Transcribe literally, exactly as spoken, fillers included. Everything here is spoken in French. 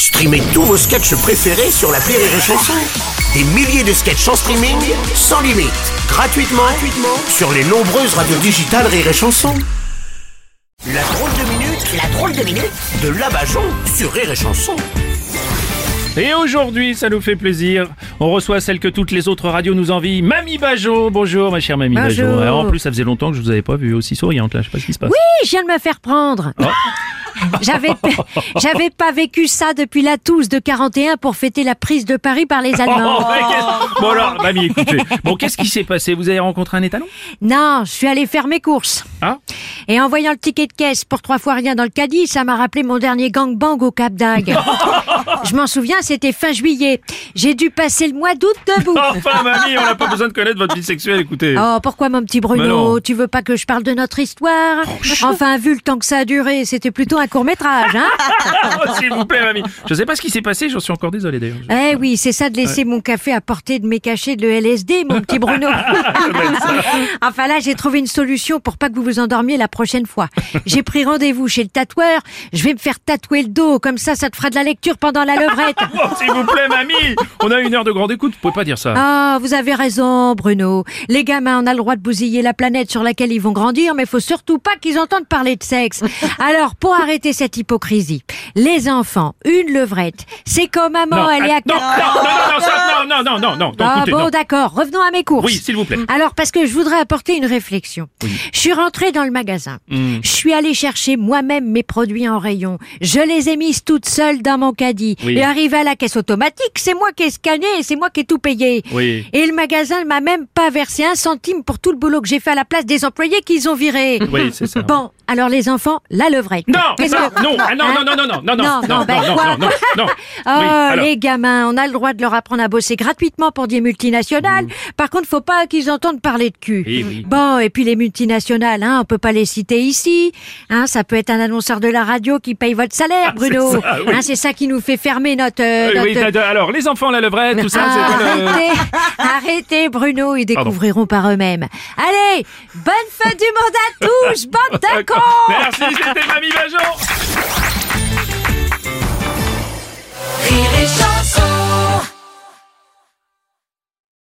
Streamez tous vos sketchs préférés sur l'appli Rire et Chanson. Des milliers de sketchs en streaming, sans limite, gratuitement, gratuitement sur les nombreuses radios digitales Rire et Chanson. La drôle de minute, la drôle de minute de Labajon sur Rire et Chanson. Et aujourd'hui, ça nous fait plaisir. On reçoit celle que toutes les autres radios nous envient, Mamie Bajon. Bonjour, ma chère Mamie Bonjour. Bajon. Alors, en plus, ça faisait longtemps que je vous avais pas vue aussi souriante là. Je sais pas ce qui se passe. Oui, je viens de me faire prendre. Oh. J'avais, j'avais pas vécu ça depuis la tousse de quarante et un pour fêter la prise de Paris par les Allemands. Oh, mais qu'est-ce- bon alors, Mamie, écoutez. Bon, qu'est-ce qui s'est passé? Vous avez rencontré un étalon? Non, je suis allée faire mes courses. Ah. Et en voyant le ticket de caisse pour trois fois rien dans le caddie, ça m'a rappelé mon dernier gangbang au Cap d'Agde. Je m'en souviens, c'était fin juillet. J'ai dû passer le mois d'août debout. Enfin, Mamie, on n'a pas besoin de connaître votre vie sexuelle, écoutez. Oh, pourquoi mon petit Mais non. Bruno? Tu veux pas que je parle de notre histoire? Enfin, vu le temps que ça a duré, c'était plutôt un court-métrage, hein? Oh, s'il vous plaît, Mamie. Je sais pas ce qui s'est passé, j'en suis encore désolé d'ailleurs. Eh oui, c'est ça de laisser mon café à portée de mes cachets de L S D, mon petit Bruno. Enfin là, j'ai trouvé une solution pour pas que vous vous endormiez la prochaine fois. J'ai pris rendez-vous chez le tatoueur. Je vais me faire tatouer le dos, comme ça, ça te fera de la lecture pendant la levrette. Oh, s'il vous plaît, Mamie. On a une heure de grande écoute, vous pouvez pas dire ça. Ah, vous avez raison, Bruno. Les gamins, on a le droit de bousiller la planète sur laquelle ils vont grandir, mais faut surtout pas qu'ils entendent parler de sexe. Alors, pour arrêter cette hypocrisie, les enfants, une levrette, c'est comme maman, Non, elle est à non, quatre- non, non, non, ça, non, non, non, non, non, non, Ah écoutez, bon, non. d'accord. Revenons à mes courses. Oui, s'il vous plaît. Alors, parce que je voudrais apporter une réflexion. Oui. Je suis rentrée dans le magasin. Mm. Je suis allée chercher moi-même mes produits en rayon. Je les ai mises toutes seules dans mon caddie. Oui. Et arrivé à la caisse automatique, c'est moi qui ai scanné et c'est moi qui ai tout payé. Oui. Et le magasin ne m'a même pas versé un centime pour tout le boulot que j'ai fait à la place des employés qu'ils ont virés. Oui, c'est ça. Bon, alors les enfants, la levrette. Non, Qu'est-ce non, que- non, ah, non, Hein non, non, non, non, non, Non, non, non, ben non, quoi non, non, non. Oh, Oui, alors. les gamins, on a le droit de leur apprendre à bosser gratuitement pour des multinationales. Par contre, faut pas qu'ils entendent parler de cul. Oui, oui. Bon, et puis les multinationales, hein, on peut pas les citer ici. Hein, ça peut être un annonceur de la radio qui paye votre salaire, Ah, Bruno. c'est ça, oui. Hein, c'est ça qui nous fait fermer notre... euh, Oui, oui, notre- d- d- alors, les enfants, la levrette, tout ça, Ah, c'est pas le... arrêtez, arrêtez, Bruno, ils découvriront par eux-mêmes. Allez, bonne fin du monde à tous, bande de cons. Merci, c'était Mamie Bajon. Rire et chanson.